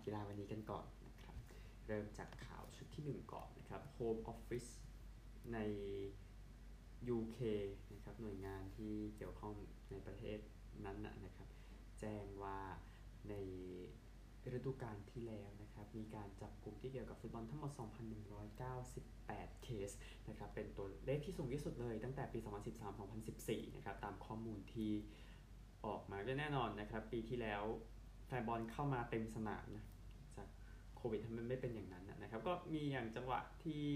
กีฬาวันนี้กันก่อนนะครับเริ่มจากข่าวชุดที่1ก่อนนะครับ Home Office ใน UK นะครับหน่วยงานที่เกี่ยวข้องในประเทศนั้นนะครับแจ้งว่าในฤดูกาลที่แล้วนะครับมีการจับกลุ่มที่เกี่ยวกับฟุตบอลทั้งหมด 2,198 เคสนะครับเป็นตัวเลขที่สูงที่สุดเลยตั้งแต่ปี 2013-2014 นะครับตามข้อมูลที่ออกมาก็แน่นอนนะครับปีที่แล้วแฟนบอลเข้ามาเต็มสนามนะจากโควิดทำไมไม่เป็นอย่างนั้นนะครับก็มีอย่างจังหวะที่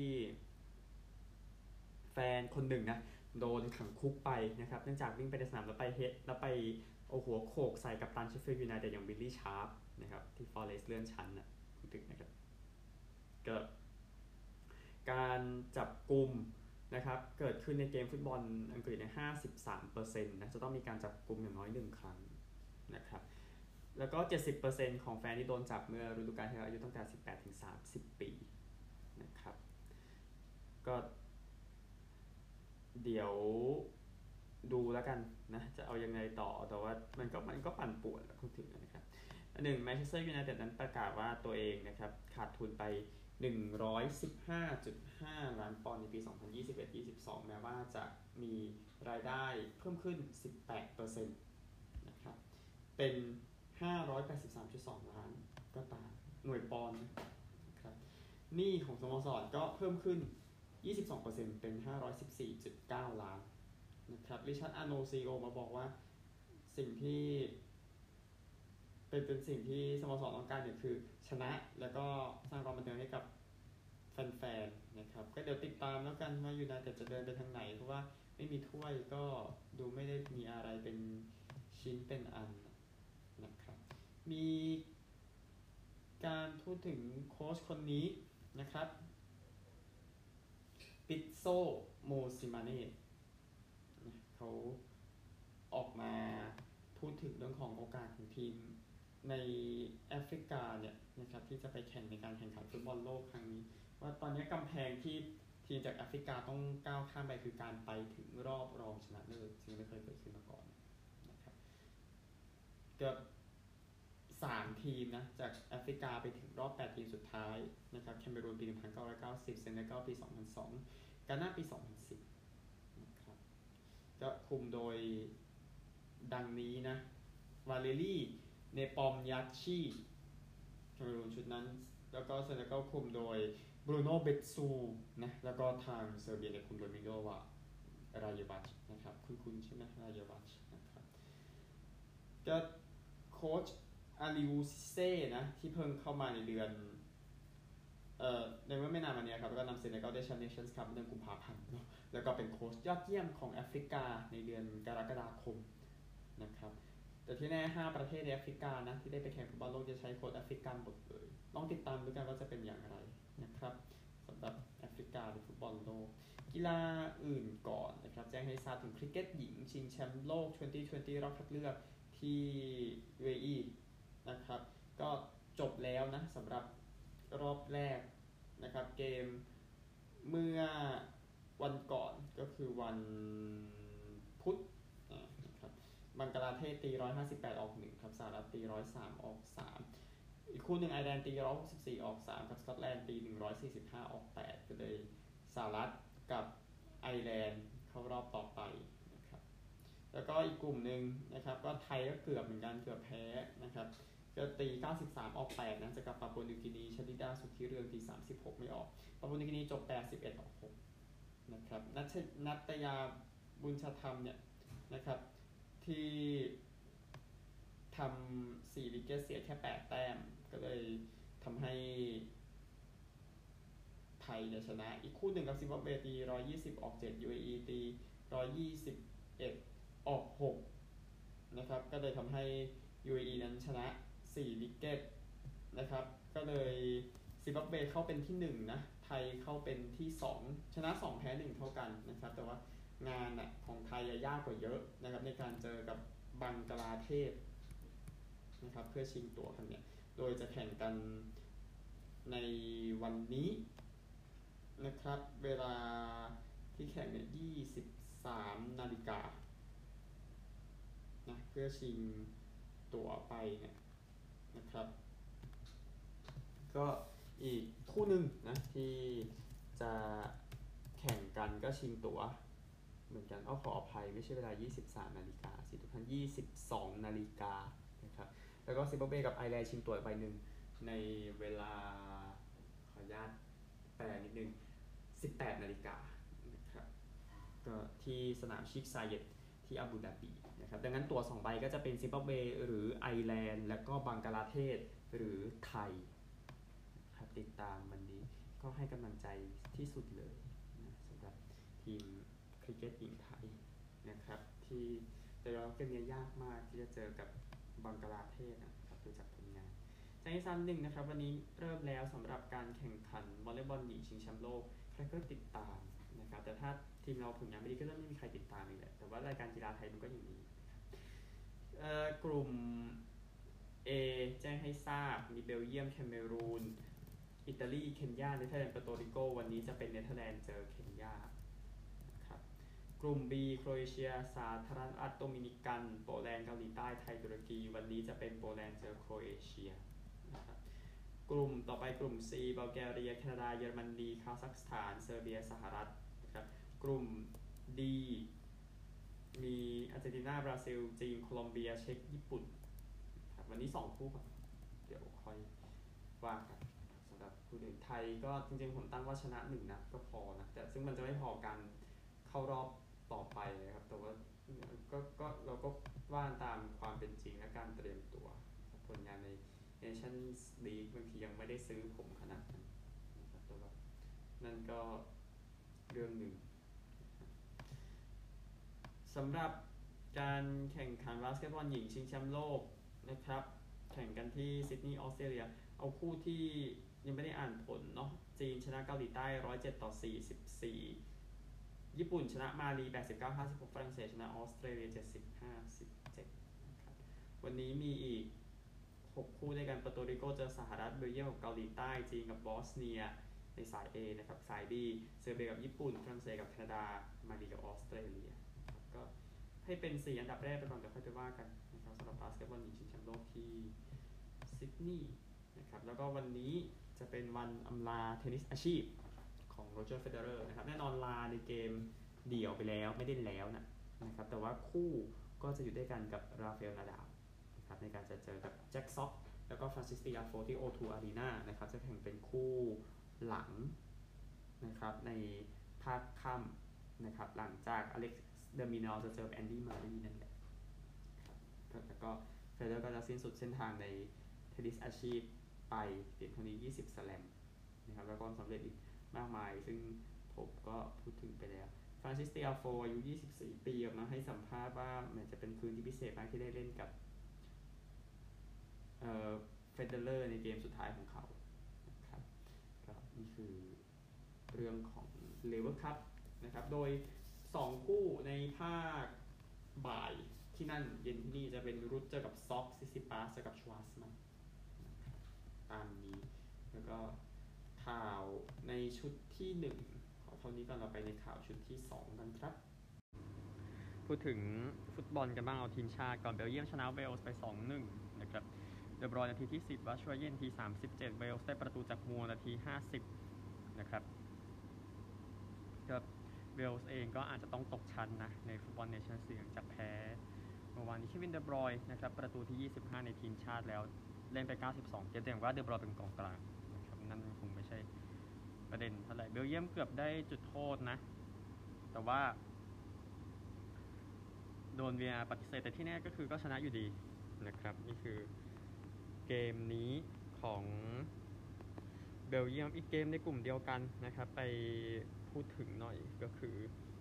แฟนคนหนึ่งนะโดนขังคุกไปนะครับเนื่องจากวิ่งไปในสนามแล้วไปเอาหัวโขกใส่กัปตันเชฟฟิลด์ยูไนเต็ดอย่างบิลลี่ชาร์ปนะครับที่ฟอเรสต์เลื่อนชั้นนะพูดถึงนะครับก็การจับกลุ่มนะครับเกิดขึ้นในเกมฟุตบอลอังกฤษใน 53% นะจะต้องมีการจับกลุ่มอย่างน้อย1ครั้งนะครับแล้วก็ 70% ของแฟนที่โดนจับเมื่อฤดูกาลที่แล้วอายุตั้งแต่ 18-30 ปีนะครับก็เดี๋ยวดูแล้วกันนะจะเอายังไงต่อแต่ว่ามันก็ปั่นป่วนพูดถึงนะครับหนึ่งแมนเชสเตอร์ยูไนเต็ดนั้นประกาศว่าตัวเองนะครับขาดทุนไป 115.5 ล้านปอนด์ในปี 2021-22 แม้ว่าจะมีรายได้เพิ่มขึ้น 18% นะครับเป็น 583.2 ล้านก็ตามหน่วยปอนด์นะครับหนี้ของสโมสรก็เพิ่มขึ้น 22% เป็น 514.9 ล้านนะครับริชาร์ดอาร์โนซีโอมาบอกว่าสิ่งที่เป็นสิ่งที่สโมสรต้องการเนี่ยคือชนะแล้วก็สร้างความบันเทิงให้กับแฟนๆนะครับก็เดี๋ยวติดตามแล้วกันว่ายูไนเต็ดจะเดินไปทางไหนเพราะว่าไม่มีถ้วยก็ดูไม่ได้มีอะไรเป็นชิ้นเป็นอันนะครับมีการพูดถึงโค้ชคนนี้นะครับปิซโซโมซิมาเน่เขาออกมาพูดถึงเรื่องของโอกาสของทีมในแอฟริกาเนี่ยนะครับที่จะไปแข่งในการแข่งขันฟุตบอลโลกครั้งนี้ว่าตอนนี้กำแพงที่ทีมจากแอฟริกาต้องก้าวข้ามไปคือการไปถึงรอบรองชนะเลิศซึ่งไม่เคยเกิดขึ้นมาก่อนนะครับเกือบ3ทีมนะจากแอฟริกาไปถึงรอบ8ทีมสุดท้ายนะครับแคเมรูนปี 1990 เซเนกัลปี 2002 กาน่าปี 2010นะครับก็คุมโดยดังนี้นะวาเลรี่เนปอมยัตชีแคเมรูนชุดนั้นแล้วก็เซเนกัลคุมโดยบรูโน่เบตซูนะแล้วก็ทางเซอร์เบียเนี่ยคุมโดยมิโลวารายวัชนะครับคุณใช่ไหมรายวัชนะครับก็โค้ชอาริอูซิเซ่นะที่เพิ่งเข้ามาในเดือนในเมื่อไม่นานมานี้ครับก็นำเซเนกัลได้แชมป์เนชั่นส์คัพเดือนกุมภาพันธ์แล้วก็เป็นโค้ชยอดเยี่ยมของแอฟริกาในเดือนกรกฎาคมนะครับแต่ที่แน่5ประเทศในแอฟริกานะที่ได้ไปแข่งฟุตบอลโลกจะใช้โค้ชแอฟริกันหมดเลยลองติดตามดูกันว่าจะเป็นอย่างไรนะครับสำหรับแอฟริกาในฟุตบอลโลกกีฬาอื่นก่อนนะครับแจ้งให้ทราบถึงคริกเก็ตหญิงชิงแชมป์โลก 2020 รอบคัดเลือกที่ UAE นะครับก็จบแล้วนะสำหรับรอบแรกนะครับเกมเมื่อวันก่อนก็คือวันพุธนะครับบังกลาเทศตี158ออก1ครับสหรัฐตี103ออก3อีกคู่หนึ่งไอร์แลนด์ตี164ออก3ครับสกอตแลนด์ตี145ออก8ก็เลยสหรัฐกับไอร์แลนด์เข้ารอบต่อไปนะครับแล้วก็อีกกลุ่มหนึ่งนะครับก็ไทยก็เกือบเหมือนกันเกือบแพ้นะครับก็ตี93ออก8นะจะกับปาปัวนิวกินีชลิดาสุทธิเรืองตี36ไม่ออกปาปัวนิวกินีจบ81ออก6นะครับนัตยาบุญชธรรมเนี่ยนะครับที่ทำ4วิกเก็ตเสียแค่8แต้มก็เลยทำให้ไทยชนะอีกคู่หนึ่งกับซิมบับเวตี120ออก7 UAE ตี121ออก6นะครับก็เลยทำให้ UAE นั้นชนะ4วิกเก็ตนะครับก็เลยซิมบับเวเข้าเป็นที่1นะไทยเข้าเป็นที่2ชนะ2แพ้1เท่ากันนะครับแต่ว่างานของไทยยากกว่าเยอะนะครับในการเจอกับบังกลาเทศนะครับเพื่อชิงตั๋วครั้งนี้โดยจะแข่งกันในวันนี้นะครับเวลาที่แข่งเนี่ย23 นาฬิกานะเพื่อชิงตั๋วไปเนี่ยนะครับก็อีกคู่หนึ่งนะที่จะแข่งกันก็ชิงตั๋วเหมือนกันขออภัยไม่ใช่เวลา 23 นาฬิกาสิทุกท่าน22 นาฬิกานะครับแล้วก็ซิมบับเวกับไอร์แลนด์ชิงตั๋วใบหนึ่งในเวลาขออนุญาตแปลนิดนึง 18 นาฬิกานะครับก็ที่สนามชิคซาเยตที่อาบูดาบีนะครับดังนั้นตั๋ว2ใบก็จะเป็นซิมบับเวหรือไอร์แลนด์และก็บังกลาเทศหรือไทยครับติดตามวันนี้ก็ให้กำลังใจที่สุดเลยนะสำหรับทีมคริกเก็ตหญิงไทยนะครับที่แต่เราเกมนี้ยากมากที่จะเจอกับบังกลาเทศนะครับดูจากผลงานจากที่ซ้ำหนึ่งนะครับวันนี้เริ่มแล้วสำหรับการแข่งขันวอลเลย์บอลหญิงชิงแชมป์โลกใครก็ติดตามนะครับแต่ถ้าทีมเราผลงานไม่ดีก็เริ่มไม่มีใครติดตามอีกแหละแต่ว่ารายการกีฬาไทยมันก็อย่างนี้กลุ่ม A แจ้งให้ทราบมีเบลเยียมแคเมรูนอิตาลีเคนยาเนเธอร์แลนด์เปโตริโกวันนี้จะเป็นเนเธอร์แลนด์เจอเคนยานะครับกลุ่ม B โครเอเชียสาธารณรัฐโดมินิกันโปแลนด์เกาหลีใต้ไทยตุรกีวันนี้จะเป็นโปแลนด์เจอโครเอเชียนะครับกลุ่มต่อไปกลุ่ม C บัลแกเรียแคนาดาเยอรมนีคาซัคสถานเซอร์เบียสหรัฐนะครับกลุ่ม D มีอาร์เจนตินาบราซิลจีนโคลอมเบียเช็กญี่ปุ่นวันนี้2คู่ก่อนเดี๋ยวค่อยว่ากันสำหรับคู่อื่นไทยก็จริงๆผมตั้งว่าชนะ1 นัดก็พอนะแต่ซึ่งมันจะไม่พอกันเข้ารอบต่อไปนะครับแต่ว่าก็เราก็ว่าตามความเป็นจริงและการเตรียมตัวผลงานใน Nations League บางทียังไม่ได้ซื้อผมขนาดนั้นนะครับแต่ว่านั่นก็เรื่องหนึ่งสำหรับการแข่งขันบาสเกตบอลหญิงชิงแชมป์โลกนะครับแข่งกันที่ซิดนีย์ออสเตรเลียเอาคู่ที่ยังไม่ได้อ่านผลเนาะจีนชนะเกาหลีใต้107-44ญี่ปุ่นชนะมาลี89-56ฝรั่งเศสชนะออสเตรเลีย70-57นะครับวันนี้มีอีก6คู่ด้วยกันเปโตริโกเจอสหรัฐเบลเยียมกับเกาหลีใต้จีนกับบอสเนียในสาย A นะครับสาย B เซอร์เบียกับญี่ปุ่นฝรั่งเศสกับแคนาดามาลีกับออสเตรเลียก็ให้เป็น4 อันดับแรกไปก่อนเดี๋ยวค่อยไปว่ากันนะครับสำหรับบาสเกตบอลหญิงชิงแชมป์โลกที่ซิดนีย์นะครับแล้วก็วันนี้จะเป็นวันอำลาเทนนิสอาชีพของโรเจอร์เฟเดอเรอร์นะครับแน่นอนลาในเกมเดี่ยวไปแล้วไม่ได้แล้วนะครับแต่ว่าคู่ก็จะอยู่ด้วยกันกับราฟาเอลนาดาลนะครับในการจะเจอกับแจ็คซ็อกแล้วก็ฟรานซิสติอาโฟที่ O2 Arena นะครับจะแข่งเป็นคู่หลังนะครับในภาคค่ำนะครับหลังจากอเล็กซ์เดอร์มินอลจะเจอแอนดี้มารีนั่นแหละแล้วก็เฟเดอร์ก็จะสิ้นสุดเส้นทางในเทนนิสอาชีพไปเพียงเท่านี้20 สแลมนะครับแล้วก็สำเร็จอีกมากมายซึ่งผมก็พูดถึงไปแล้วฟรานซิสติอาโฟอายุ24 ปีออกมาให้สัมภาษณ์ว่ามันจะเป็นคืนที่พิเศษมากที่ได้เล่นกับเฟเดอร์ในเกมสุดท้ายของเขานะครับก็นี่คือเรื่องของเลเวอร์คัพนะครับโดย2คู่ในภาคบ่ายที่นั่นเย็นที่นี่จะเป็นรุตเจอกับซ็อกซิซิปาสเจอกับชวาสมันตามนี้แล้วก็ข่าวในชุดที่1ขอเท่านี้ก่อนเราไปในข่าวชุดที่2กันครับพูดถึงฟุตบอลกันบ้างเอาทีมชาติก่อนเบลเยียมชนะเวลส์ไป 2-1 นะครับเดบรอยนาทีที่10วัชชัวเยนนาที37เวลส์ได้ประตูจากมัวนาที50นะครับก็เวลส์เองก็อาจจะต้องตกชั้นนะในฟุตบอลเนชั่นส์ลีกจากแพ้เมื่อวานนี้เควินเดบรอยนะครับประตูที่25ในทีมชาติแล้วเล่นไป92เกมแต่ว่าเดบรอยเป็นกองกลางนะครับนั่นคงไม่ใช่ประเด็นเท่าไหร่เบลเยียมเกือบได้จุดโทษนะแต่ว่าโดน VR ปฏิเสธแต่ที่แน่ก็คือก็ชนะอยู่ดีนะครับนี่คือเกมนี้ของเบลเยียมอีกเกมในกลุ่มเดียวกันนะครับไปพูดถึงหน่อยก็คือ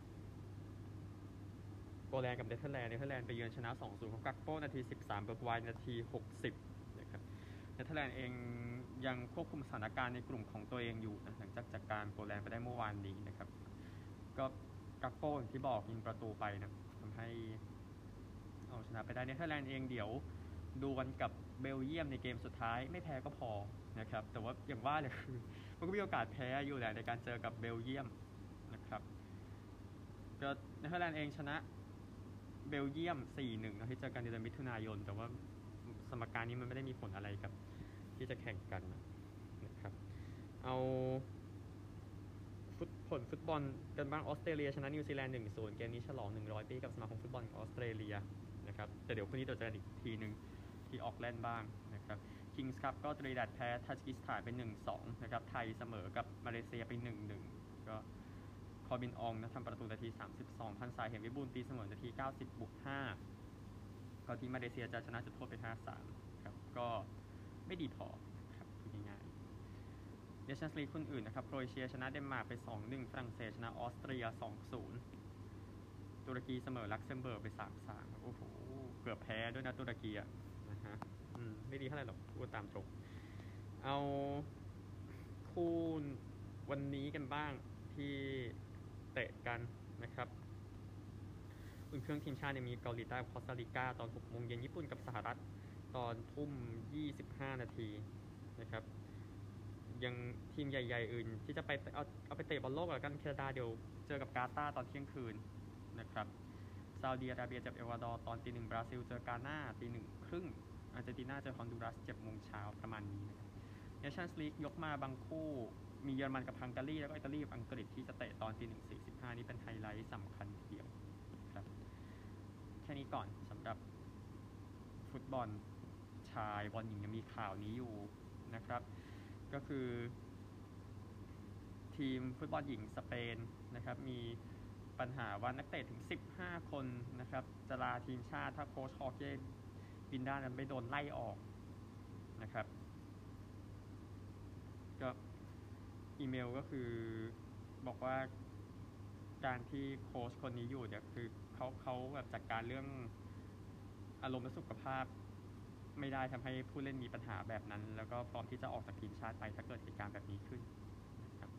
โปแลนด์กับเนเธอร์แลนด์ไปเยือนชนะ 2-0 ของกักโป้นาที13เบิร์กไวน์นาที60นะครับเนเธอร์แลนด์เองยังควบคุมสถานการณ์ในกลุ่มของตัวเองอยู่นะหลังจากจัดการโปแลนด์ไปได้เมื่อวานนี้นะครับก็กักโป้อย่างที่บอกยิงประตูไปนะทำให้เอาชนะไปได้เนเธอร์แลนด์เองเดี๋ยวดูกันกับเบลเยียมในเกมสุดท้ายไม่แพ้ก็พอนะครับแต่ว่าอย่างว่าเลยคือมันก็มีโอกาสแพ้อยู่แหละในการเจอกับเบลเยียมนะครับก็เนเธอร์แลนด์เองชนะเบลเยียม 4-1 นะที่เจอกันในเดือนมิถุนายนแต่ว่าสมการนี้มันไม่ได้มีผลอะไรกับที่จะแข่งกันเอาผลฟุตบอลกันบ้างออสเตรเลียชนะนิวซีแลนด์ 1-0 เกมนี้ฉลอง100 ปีกับสมาคมฟุตบอลของออสเตรเลียนะครับแต่เดี๋ยวพรุ่งนี้เราจะกันอีกทีหนึ่งที่ออกแลนด์บ้างนะครับคิงส์คัพก็ตรีดัดแพ้ทาจิกิสถานเป็น 1-2 นะครับไทยเสมอกับมาเลเซียไป 1-1 ก็คอบินอองนะทำประตูนาที 32 พันสายเห็นวิบูลย์ตีเสมอนาที 90+5 ก็ที่มาเลเซียจะชนะจุดโทษไป 5-3 ครับก็ไม่ดีพอครับพูดง่ายๆเนชั่นส์ลีกคนอื่นนะครับโครเอเชียชนะเดนมาร์กไป 2-1 ฝรั่งเศสชนะออสเตรีย 2-0 ตุรกีเสมอลักเซมเบิร์กไป 3-3 โอ้โหเกือบแพ้ด้วยนะตุรกีอะนะฮะไม่ดีเท่าไหร่หรอกพูดตามตรงเอาคู่วันนี้กันบ้างที่เตะกันนะครับอุ่นเครื่องทีมชาติมีเกาหลีใต้กับคอสตาริกาตอน 6 โมงเย็นญี่ปุ่นกับสหรัฐตอน1:25 นาทีนะครับยังทีมใหญ่ๆอื่นที่จะไปเอาไปเตะบอลโลกแล้วกันแคนาดาเดี๋ยวเจอกับกาตาร์ตอนเที่ยงคืนนะครับซาอุดิอาระเบียเจอเอลวาดอร์ตอนตี 1บราซิลเจอกาน่าตี 1:30อาร์เจนตินาเจอฮอนดูรัส 7 โมงเช้าประมาณนี้นะครับเนชั่นส์ลีกยกมาบางคู่มีเยอรมันกับฮังการีแล้วก็อิตาลีกับอังกฤษที่จะเตะตอนตี 1:45 นี่เป็นไฮไลท์สำคัญทีเดียวครับแค่นี้ก่อนสำหรับฟุตบอลชายบอลหญิงยังมีข่าวนี้อยู่นะครับก็คือทีมฟุตบอลหญิงสเปนนะครับมีปัญหาว่านักเตะถึง 15 คนนะครับจะลาทีมชาติถ้าโค้ชฮอเก้บินด้านั้นไม่โดนไล่ออกนะครับก็อีเมลก็คือบอกว่าการที่โค้ชคนนี้อยู่เนี่ยคือเขาแบบจัดการเรื่องอารมณ์และสุขภาพไม่ได้ทำให้ผู้เล่นมีปัญหาแบบนั้นแล้วก็พร้อมที่จะออกจากทีมชาติไปถ้าเกิดเหตุการณ์แบบนี้ขึ้นนะครับ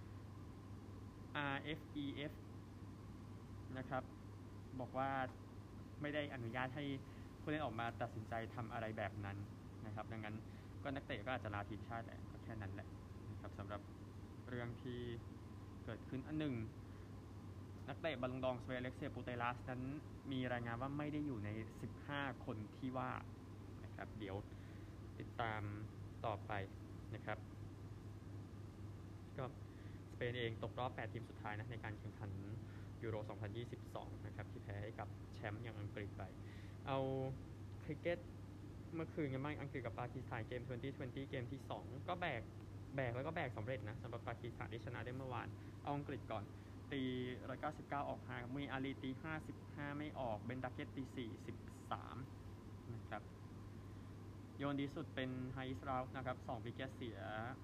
RFEF นะครับบอกว่าไม่ได้อนุญาตให้ผู้เล่นออกมาตัดสินใจทำอะไรแบบนั้นนะครับดังนั้นก็นักเตะก็อาจจะลาทีมชาติแหละก็แค่นั้นแหละนะครับสำหรับเรื่องที่เกิดขึ้นอันหนึ่งนักเตะบอลลงดองสเวเล็กเซียปูเตลัสนั้นมีรายงานว่าไม่ได้อยู่ใน 15 คนที่ว่านะครับเดี๋ยวติดตามต่อไปนะครับก็สเปนเองตกรอบ 8 ทีมสุดท้ายนะในการแข่งขันยูโร 2022 นะครับที่แพ้ให้กับแชมป์อย่างอังกฤษไปเอาคริกเก็ตเมื่อคืนกันบ้างอังกฤษกับปากีสถานเกม 2020 เกมที่ 2 ก็แบกแล้วก็แบกสำเร็จนะสำหรับปากีสถานที่ชนะได้เมื่อวานเอาอังกฤษก่อนตี199ออก5มีอาลีตี55ไม่ออกเบนดักเก็ตตี43นะครับโยนดีสุดเป็นไฮสราฟนะครับ2วิกเก็ตเสีย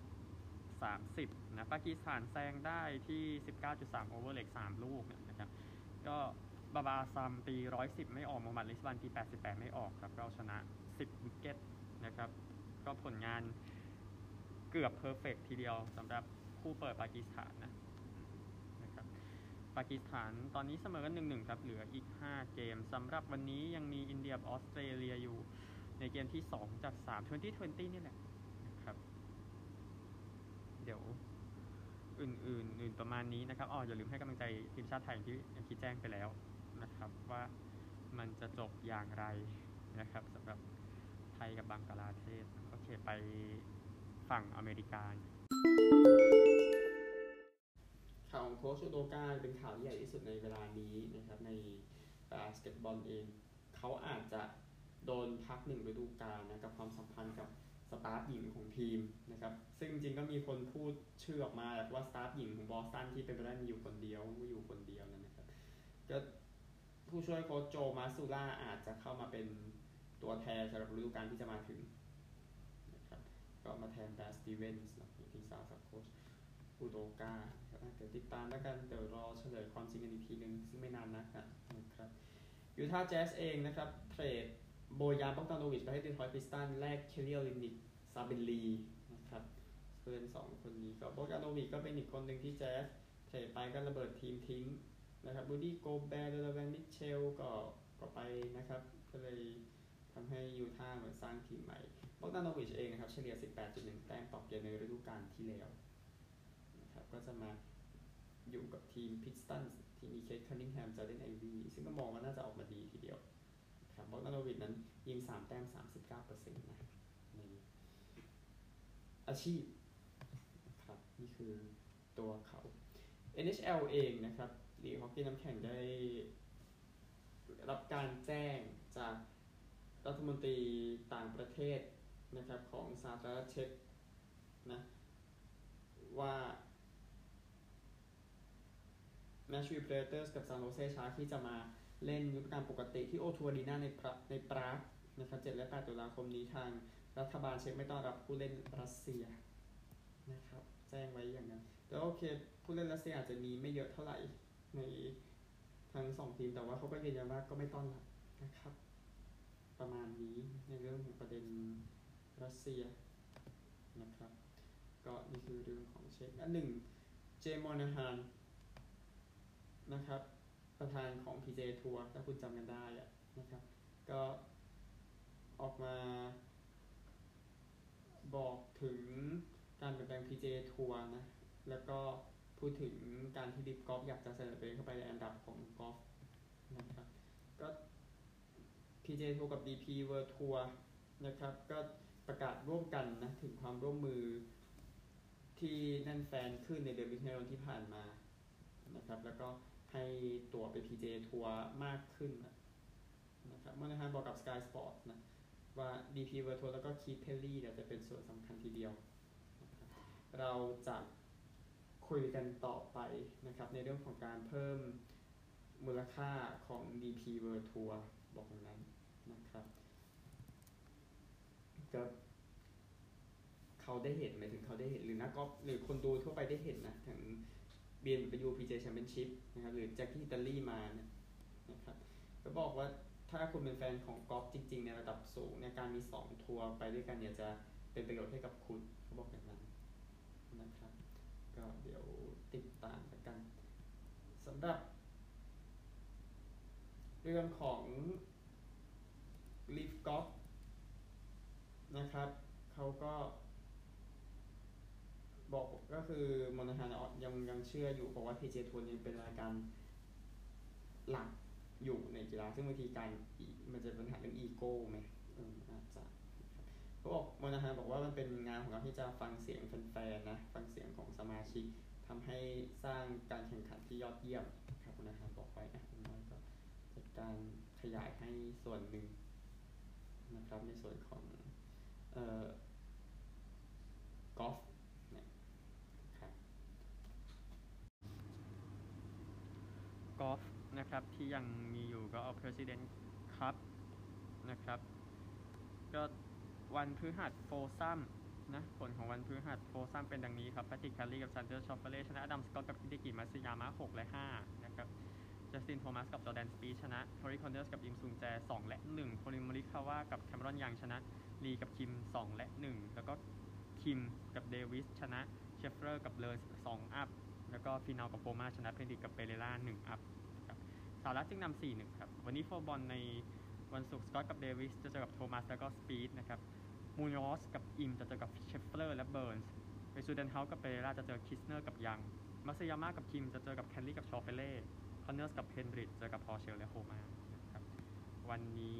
30นะปากีสถานแซงได้ที่ 19.3 โอเวอร์เหล็ก3ลูกนะครับก็บาบาซัมตี110ไม่ออกมูฮัมหมัดลิสบันตี88ไม่ออกครับก็ชนะ10วิกเก็ตนะครับก็ผลงานเกือบเพอร์เฟกทีเดียวสำหรับคู่เปิดปากีสถานนะครับปากีสถานตอนนี้เสมอกัน 1-1 ครับเหลืออีก5เกมสำหรับวันนี้ยังมีอินเดียกับออสเตรเลียอยู่ในเกมที่2จาก3 2020 นี่แหละนะครับเดี๋ยวอื่นประมาณนี้นะครับอย่าลืมให้กำลังใจทีมชาติไทยที่ยังคิดแจ้งไปแล้วนะครับว่ามันจะจบอย่างไรนะครับสำหรับไทยกับบังกลาเทศโอเคไปฝั่งอเมริกาข่าวของโค้ชอุโดกาเป็นข่าวที่ใหญ่ที่สุดในเวลานี้นะครับในบาสเกตบอลเองเขาอาจจะโดนพัก1 ฤดูกาลนะกับความสัมพันธ์กับสตาฟหญิงของทีมนะครับซึ่งจริงๆก็มีคนพูดชื่อออกมาแบบว่าสตาฟหญิงของบอสตันที่เป็นไปได้มีอยู่คนเดียวนะครับก็ผู้ช่วยโค้ชโจมาซูล่าอาจจะเข้ามาเป็นตัวแทนสำหรับฤดูกาลที่จะมาถึงนะครับก็มาแทนแบสตีเวนส์ทีมสาวกับโค้ชอุโดกาเดี๋ยวติดตามแล้วกันเดี๋ยวรอเฉลยความจริงกันอีกทีนึงซึ่งไม่นานนักนะครับยูทาห์แจ๊สเองนะครับเทรดโบยานป้องกันโนวิชไปให้ดีทรอยต์พิสตันแลกเคลเลียลินิกซาเบนลีนะครับเพื่อน2คนนี้ก็โบยานโนวิชก็เป็นอีกคนหนึ่งที่แจ๊สเทรดไปก็ระเบิดทีมทิ้งนะครับบูดี้โกแบร์เดลแวนมิเชลก็ไปนะครับก็เลยทำให้ยูทาห์เหมือนสร้างทีมใหม่โบยานโนวิชเองนะครับเฉลี่ย 18.1 แต้มต่อเกมในฤดูกาลที่แล้วนะครับก็จะมาอยู่กับทีมพิสตันที่มีเคทคันนิงแฮมจาร์เดนไอวีซึ่งก็มองว่าน่าจะออกมาดีทีเดียวครับบอสนาโนวิชนั้นยิง3 แต้ม 39% นะในอาชีพครับนี่คือตัวเขา NHL เองนะครับลีกฮอกกี้น้ำแข็งได้รับการแจ้งจากรัฐมนตรีต่างประเทศนะครับของสาธารณรัฐเช็กนะว่า Nashville Predators กับ San Jose Sharks ที่จะมาเล่นฤดูกาลปกติที่ O2 Arena ในปรากนะครับ7 และ 8 ตุลาคมนี้ทางรัฐบาลเช็กไม่ต้อนรับผู้เล่นรัสเซียนะครับแจ้งไว้อย่างนั้นแต่โอเคผู้เล่นรัสเซียอาจจะมีไม่เยอะเท่าไหร่ในทั้ง2ทีมแต่ว่าเขาก็ยืนยันว่าก็ไม่ต้อนรับนะครับประมาณนี้ในเรื่องของประเด็นรัสเซียนะครับก็นี่คือเรื่องของเช็กอันหนึ่งเจมอนาฮานนะครับประธานของ PGA Tour ถ้าคุณจำกันได้นะครับก็ออกมาบอกถึงการเปลี่ยนแปลง PGA Tour นะแล้วก็พูดถึงการที่ดิฟกอล์ฟอยากจะเสนอตัวเองเข้าไปในอันดับของกอล์ฟนะครับก็ PGA Tour กับ DP World Tour นะครับก็ประกาศร่วมกันนะถึงความร่วมมือที่แน่นแฟนขึ้นในเดือนมิถุนายนที่ผ่านมานะครับแล้วก็ให้ตัวไป PGA Tour มากขึ้นนะครับมอนาฮานบอกกับ Sky Sports นะว่า DP World Tour แล้วก็ Keith Pelly เนี่ยจะเป็นส่วนสำคัญทีเดียวนะครับเราจะคุยกันต่อไปนะครับในเรื่องของการเพิ่มมูลค่าของ DP World Tour บอกอย่างนั้นนะครับก็เขาได้เห็นหมายถึงเขาได้เห็นหรือนักกอล์ฟหรือคนดูทั่วไปได้เห็นนะถึง BMW PGA Championship นะครับหรือแจ็คที่อิตาลีมาเนี่ยนะครับก็บอกว่าถ้าคุณเป็นแฟนของกอล์ฟจริงๆในระดับสูงในการมี2ทัวร์ไปด้วยกันเนี่ยจะเป็นประโยชน์ให้กับคุณเขาบอกอย่างนั้นนะครับก็เดี๋ยวติดตามกันสำหรับเรื่องของ Leaf Golf นะครับเขาก็บอกก็คือมอนาฮานยังเชื่ออยู่บอกว่า PGA Tour ยังเป็นรายการหลักอยู่ในกีฬาซึ่งบางทีการมันจะเป็นปัญหาเรื่องอีโก้ไหมอาจจะเขาบอกมอนาฮานบอกว่ามันเป็นงานของเราที่จะฟังเสียงแฟนๆนะฟังเสียงของสมาชิกทำให้สร้างการแข่งขันที่ยอดเยี่ยมครับมอนาฮานบอกไว้นะน้อยก็จัดการขยายให้ส่วนหนึ่งนะครับในส่วนของกอล์ฟกอล์ฟนะครับที่ยังมีอยู่ก็เอา President Cup นะครับก็วันพฤหัสโฟซัมนะผลของวันพฤหัสโฟซัมเป็นดังนี้ครับแพทริก แคลลี่กับซันเดอร์ ชอฟเฟเล่ชนะอดัม สกอตกับฮิเดกิ มัตสึยามะ6 และ 5นะครับจัสติน โทมัสกับจอร์แดน สปีธชนะทอริ คอนเนอร์สกับอิมซุงแจ2 และ 1โคลิน มอริคาว่ากับแคมรอน ยังชนะลีกับคิม2 และ 1แล้วก็คิมกับเดวิสชนะเชฟเฟอร์กับเลอร์ส2 อัพแล้วก็ฟินาลกับโปมาชนะเพนดิกกับเปเรล่า1 อัพสหรัฐจึงนำ 4-1 ครับวันนี้โฟบอลในวันศุกร์สกอตกับเดวิสจะเจอกับโทมัสแล้วก็สปีธนะครับมูนอสกับอิมจะเจอกับเชฟเฟอร์และเบิร์นส์เวซูเดนเฮาส์กับเปเรล่าจะเจอคิสเนอร์กับยังมัตสึยามะกับคิมจะเจอกับแคนลี่กับชอเฟเล่คอนเนอร์สกับเฮนดริดเจอกับพอเชลและโฮมานะครับวันนี้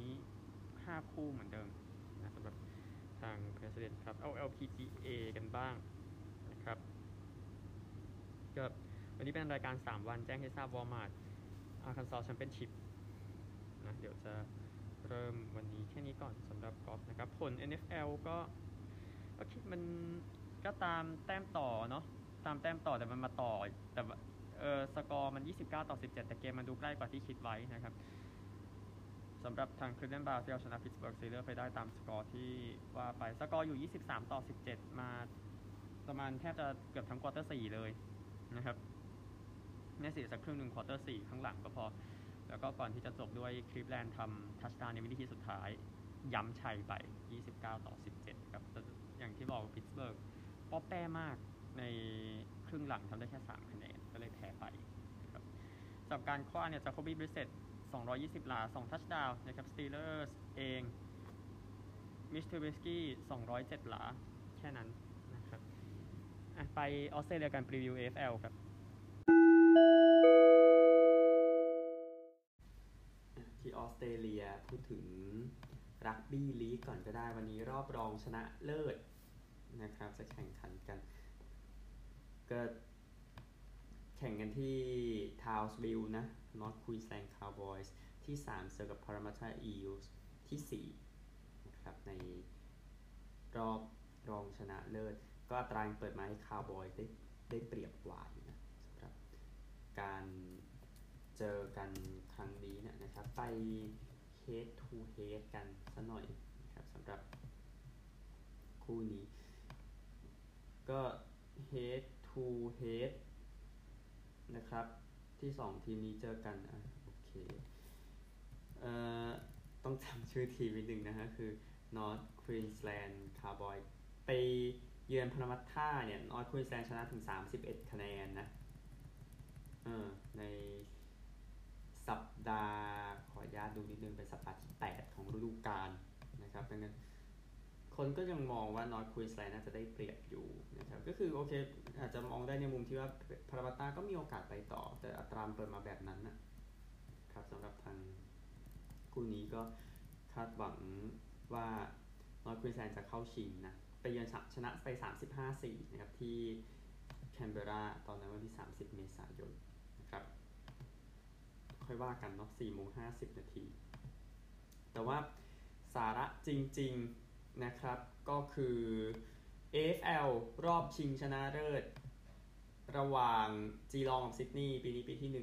5คู่เหมือนเดิมนะสำหรับทาง President ครับเอา LPGA กันบ้างนะครับก็วันนี้เป็นรายการ3วันแจ้งให้ทราบวอลมาร์ทArkansas Championship นะเดี๋ยวจะเริ่มวันนี้แค่นี้ก่อนสำหรับกอล์ฟนะครับผล NFL ก็คิดมันก็ตามแต้มต่อเนาะตามแต้มต่อแต่มันมาต่อแต่สกอร์มัน29-17แต่เกมมันดูใกล้กว่าที่คิดไว้นะครับสำหรับทาง Cleveland Browns ที่เอาชนะ Pittsburgh Steelers ไปได้ตามสกอร์ที่ว่าไปสกอร์อยู่23-17มาประมาณแทบจะเกือบทั้งควอเตอร์4เลยนะครับในเสียสักครึ่งหนึ่งควอเตอร์4ข้างหลังก็พอแล้วก็ก่อนที่จะจบด้วยคลิฟแลนด์ทำทัชดาวน์ในวินาทีสุดท้ายย้ำชัยไป29-17ครับอย่างที่บอกพิตต์สเบิร์กป้อแป้มากในครึ่งหลังทำได้แค่3คะแนนก็เลยแพ้ไปนะครับสำหรับการคว้าเนี่ยจาโคบี้บริสเซต220หลา2ทัชดาวน์นะครับสตีลเลอร์สเองมิชเทอร์เวสกี้207หลาแค่นั้นนะครับไปออสเตรเลียกันพรีวิว AFL ครับที่ออสเตรเลียพูดถึงรักบี้ลีกก่อนก็ได้วันนี้รอบรองชนะเลิศนะครับจะแข่งขันกันก็แข่งกันที่ Townsville นะ North Queensland Cowboys ที่ 3เจอกับ Parramatta Eels ที่ 4นะครับในรอบรองชนะเลิศก็อัตราเปิดมาให้ Cowboys ได้เปรียบกว่าอยู่นะสำหรับการเจอกันครั้งนี้นะครับไป head to head กันซะหน่อยนะครับสำหรับคู่นี้ก็ head to head นะครับที่2ทีมนี้เจอกันโอเคต้องจำชื่อทีมนิดนึงนะฮะคือ North Queensland Cowboys ไปเยือนพารามัตท่าเนี่ย North Queensland ชนะถึง31คะแนนนะในสัปดาห์ขออนุญาตดูนิดนึงเป็นสัปดาห์ที่8ของฤดูกาลนะครับดังนั้นคนก็ยังมองว่า North Queensland น่าจะได้เปรียบอยู่นะครับก็คือโอเคอาจจะมองได้ในมุมที่ว่าพารามัตท่าก็มีโอกาสไปต่อแต่อัตราเปิดมาแบบนั้นนะครับสำหรับทางคู่นี้ก็คาดหวังว่า North Queensland จะเข้าชิงนะไปเยือนชนะไป 35-4 นะครับที่แคนเบราตอนนั้นวันที่30 เมษายนนะครับค่อยว่ากันเนาะ 4:50 นาทีแต่ว่าสาระจริงๆนะครับก็คือ AFL รอบชิงชนะเลิศระหว่างจีลองกับซิดนีย์ปีนี้ปีที่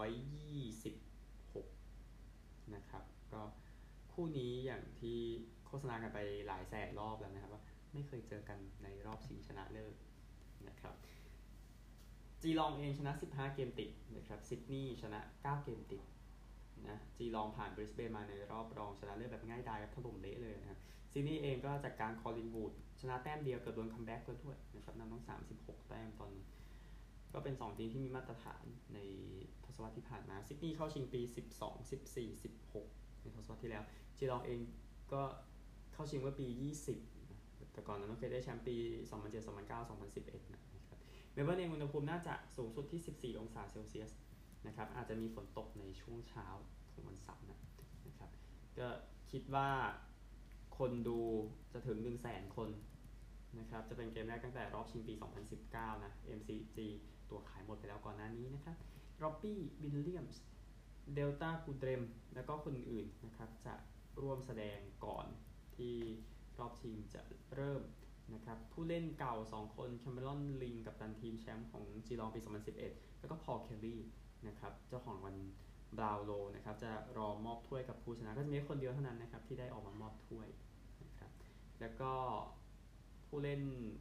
126นะครับก็คู่นี้อย่างที่โฆษณากันไปหลายแสนรอบแล้วนะครับว่าไม่เคยเจอกันในรอบชิงชนะเลิศนะครับจีลองเองชนะ15เกมติดนะครับซิดนีย์ชนะ9เกมติดนะจีลองผ่านบริสเบนมาในรอบรองชนะเลิศแบบง่ายดายครับถล่มเละเลยนะครับซิดนีย์เองก็จากการคอลลินวูดชนะแต้มเดียวเกือบโดนคัมแบ็กแล้วด้วยนะครับนำต้อง36แต้มตอนนี้ก็เป็น2ทีมที่มีมาตรฐานในทศวรรษที่ผ่านมาซิดนีย์เข้าชิงปี12 14 16ในทศวรรษที่แล้วจีลองเองก็เข้าชิงเมื่อปี20แต่ก่อนนั้นเคยได้แชมป์ปี2007 2009 2011นะครับเมลเบิร์นเองอุณหภูมิน่าจะสูงสุดที่14 องศาเซลเซียสนะครับอาจจะมีฝนตกในช่วงเช้าของวันเสาร์นะครับก็คิดว่าคนดูจะถึง 100,000 คนนะครับจะเป็นเกมแรกตั้งแต่รอบชิงปี2019นะ MCG ตัวขายหมดไปแล้วก่อนหน้านี้นะครับร็อบบี้วิลเลียมส์เดลต้ากูเดรมแล้วก็คนอื่นนะครับจะร่วมแสดงก่อนที่รอบชิงจะเริ่มนะครับผู้เล่นเก่า2คนแคมเมรอนลิงกับตันทีมแชมป์ของจีลองปี2011แล้วก็พอลเคลลี่นะครับเจ้าของวันบราวโลนะครับจะรอมอบถ้วยกับผู้ชนะก็จะมีคนเดียวเท่านั้นนะครับที่ได้ออกมามอบถ้วยนะครับแล้วก็ผู้เล่น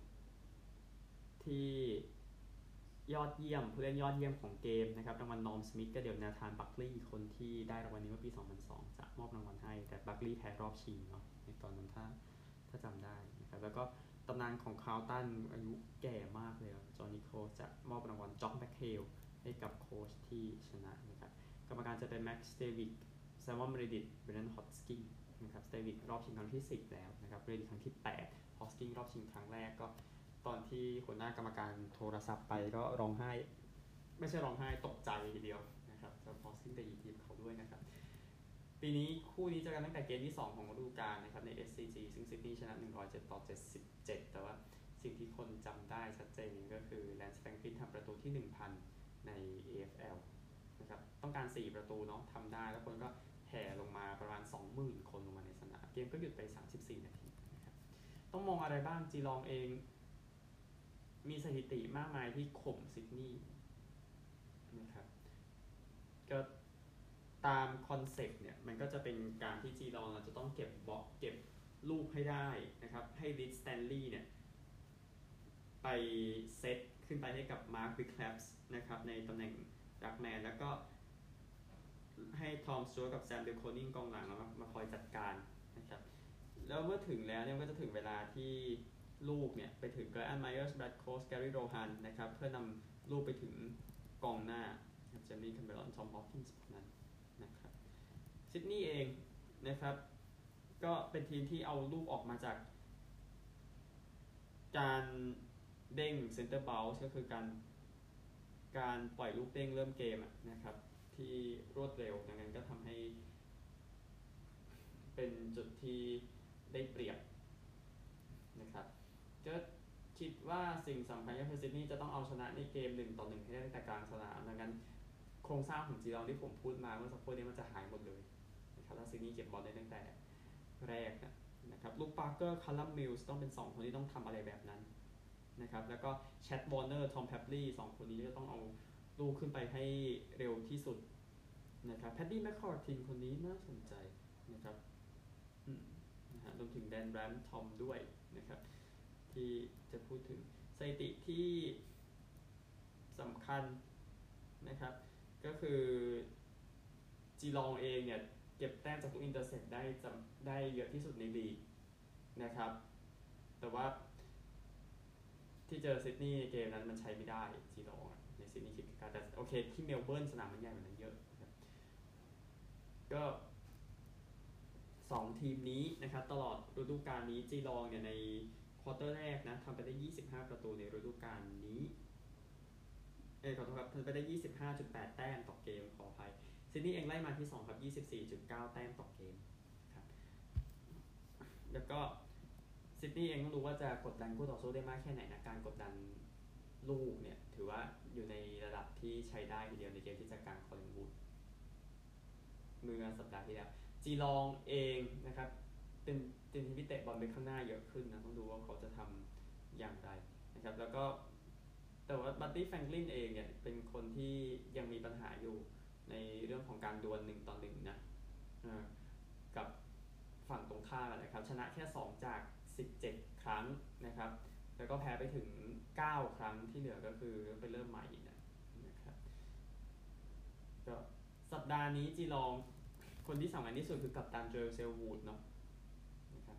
ที่ยอดเยี่ยมผู้เล่นยอดเยี่ยมของเกมนะครับรางวัลนอร์มสมิธก็เดี๋ยวนาธานบัคลีย์คนที่ได้รางวัลนี้เมื่อปี2002จะมอบรางวัลให้แต่บัคลีย์แพ้รอบชิงเนาะในตอนนั้นถ้าจำได้นะครับแล้วก็ตำนานของคาร์ลตันอายุแก่มากเลยจอห์นนิโคลจะมอบรางวัลจ็อกแบ็คเฮลให้กับโค้ชที่ชนะนะครับกรรมการจะเป็นแม็กซ์สเตวิกแซมมอนเบรดิตเบรนด์ฮอตสกิงนะครับสเตวิกรอบชิงครั้งที่10แล้วนะครับเบรดิตครั้งที่8ฮอตสกิงรอบชิงครั้งแรกก็ตอนที่หัวหน้ากรรมการโทรศัพท์ไปก็ร้องไห้ไม่ใช่ร้องไห้ตกใจทีเดียวนะครับจะพอสิ้นแต่ทีมเขาด้วยนะครับปีนี้คู่นี้เจอกันตั้งแต่เกมที่2ของฤดูกาลนะครับใน SCG ซึ่งซิดนีย์ชนะ107-77แต่ว่าสิ่งที่คนจำได้ชัดเจนก็คือแลนซ์แฟรงคินทำประตูที่ 1,000 ใน AFL นะครับต้องการ4ประตูเนาะทำได้แล้วคนก็แห่ลงมาประมาณ 20,000 คนลงมาในสนามเกมก็หยุดไป34 นาทีนะครับต้องมองอะไรบ้างจีลองเองมีสถิติมากมายที่ข่มซิดนีย์นะครับก็ตามคอนเซ็ปต์เนี่ยมันก็จะเป็นการที่จีลองจะต้องเก็บบล็อกเก็บลูกให้ได้นะครับให้ลิดสแตนลีย์เนี่ยไปเซตขึ้นไปให้กับมาร์ควิคแคลปส์นะครับในตำแหน่งรักแมนแล้วก็ให้ทอมสจ๊วตกับแซมเดลโคนิงกองหลังมาคอยจัดการนะครับแล้วเมื่อถึงแล้วเนี่ยก็จะถึงเวลาที่ลูกเนี่ยไปถึงแกรนด์ไมเออร์สแบรดโคสแกรี่โรฮันนะครับเพื่อนำลูกไปถึงกองหน้าเจมี่แคมเบรอนทอมฮอปกินส์นั้นนะครับซิดนีย์เองนะครับก็เป็นทีมที่เอาลูกออกมาจากการเด้งเซนเตอร์บอลก็คือการปล่อยลูกเด้งเริ่มเกมนะครับที่รวดเร็วดังนั้นก็ทำให้เป็นจุดที่ได้เปรียบนะครับก็คิดว่าสิ่งสำคัญก็คือซิดนีย์จะต้องเอาชนะในเกม1-1ให้ได้ตั้งแต่กลางสนามดังนั้นโครงสร้างของจีรองที่ผมพูดมาเมื่อสักครู่นี้มันจะหายหมดเลยนะครับถ้าซิดนีย์เก็บบอลได้ตั้งแต่แรกนะครับลูกปาร์เกอร์คาร์ลัมมิลส์ต้องเป็น2คนที่ต้องทำอะไรแบบนั้นนะครับแล้วก็แชทวอร์เนอร์ทอมแพปลีย์2คนนี้จะต้องเอาลูกขึ้นไปให้เร็วที่สุดนะครับแพดดี้แมคคอร์ทินคนนี้น่าสนใจนะครับนะฮะรวมถึงแดนแรมทอมด้วยนะครับที่จะพูดถึงสถิติที่สำคัญนะครับก็คือจีลองเองเนี่ยเก็บแต้มจากทุกอินเตอร์เซปได้เยอะที่สุดในลีกนะครับแต่ว่าที่เจอซิดนีย์ในเกมนั้นมันใช้ไม่ได้จีลองในซิดนีย์คิกการ์แต่โอเคที่เมลเบิร์นสนามมันใหญ่กว่านั้นเยอะนะครับก็2ทีมนี้นะครับตลอดฤดูกาลนี้จีลองเนี่ยในควอเตอร์แรกนะทำไปได้25ประตูในฤดูกาลนี้ขอโทษครับทำไปได้ 25.8 แต้มต่อเกมขออภัยซิดนีย์เองไล่มาที่2ครับ 24.9 แต้มต่อเกมครับแล้วก็ซิดนีย์เองต้องรู้ว่าจะกดดันคู่ต่อสู้ได้มากแค่ไหนนะการกดดันลูกเนี่ยถือว่าอยู่ในระดับที่ใช้ได้ทีเดียวในเกมที่จะกางคอลลินวูดเมื่อสัปดาห์ที่แล้วจีลองเองนะครับเป็นทีมที่เตะบอลไปข้างหน้าเยอะขึ้นนะต้องดูว่าเขาจะทำอย่างไรนะครับแล้วก็แต่ว่าบัตตี้แฟรงคลินเองเนี่ยเป็นคนที่ยังมีปัญหาอยู่ในเรื่องของการดวล1-1นะกับฝั่งตรงข้ามนะครับชนะแค่2จาก17ครั้งนะครับแล้วก็แพ้ไปถึง9ครั้งที่เหลือก็คือไปเริ่มใหม่นะครับก็สัปดาห์นี้จีลองคนที่สำคัญที่สุดคือกัปตันโจเอลเซลวูดเนาะนะครับ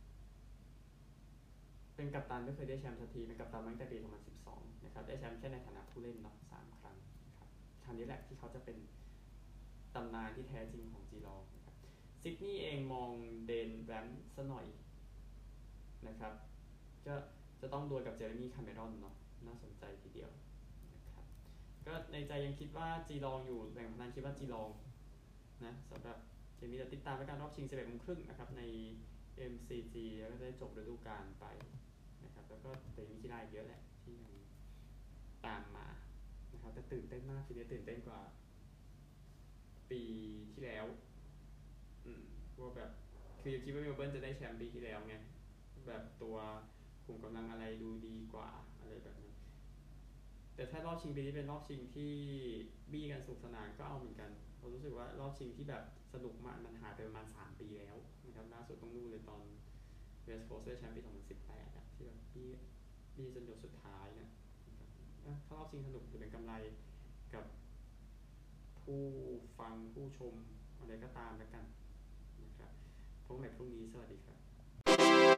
เป็นกัปตันไม่เคยได้แชมป์สักทีเป็นกัปตันมาตั้งแต่ปี2012นะครับได้แชมป์แค่ในฐานะผู้เล่นเนาะ3ครั้งนะครับครั้งนี้แหละที่เขาจะเป็นตำนานที่แท้จริงของจีลองนะครับซิดนีย์เองมองเดนแรมซะหน่อยนะครับจะต้องดวลกับเจอร์มี่คาเมรอนเนาะน่าสนใจทีเดียวนะครับก็ในใจยังคิดว่าจีลองอยู่แบ่งพนันคิดว่าจีลองนะสำหรับเกมนี้จะติดตามในการรอบชิง 11:30 นนะครับใน MCG แล้วก็ได้จบฤดูกาลไปนะครับแล้วก็แต่มีกีฬาเยอะแหละที่ยังตามมานะครับแต่ตื่นเต้นมากทีนี้ตื่นเต้นกว่าปีที่แล้วว่าแบบคือคิดว่าเมลเบิร์นจะได้แชมป์ปีที่แล้วไงแบบตัวขุมกำลังอะไรดูดีกว่าอะไรแบบนั้นแต่ถ้ารอบชิงปีนี้เป็นรอบชิงที่บี้กันสนุกสนานก็เอาเหมือนกันผมรู้สึกว่ารอบชิงที่แบบสนุกมากมันหายไปประมาณ3ปีแล้วนะครับล่าสุดต้องนู่นเลยตอนเวสต์โคสต์ได้แชมป์ปี2018อะที่แบบบี้จนหยดสุดท้ายนะถ้ารอบชิงสนุกถือเป็นกำไรกับผู้ฟังผู้ชมอะไรก็ตามแล้วกันนะครับพบกันใหม่พรุ่งนี้สวัสดีครับ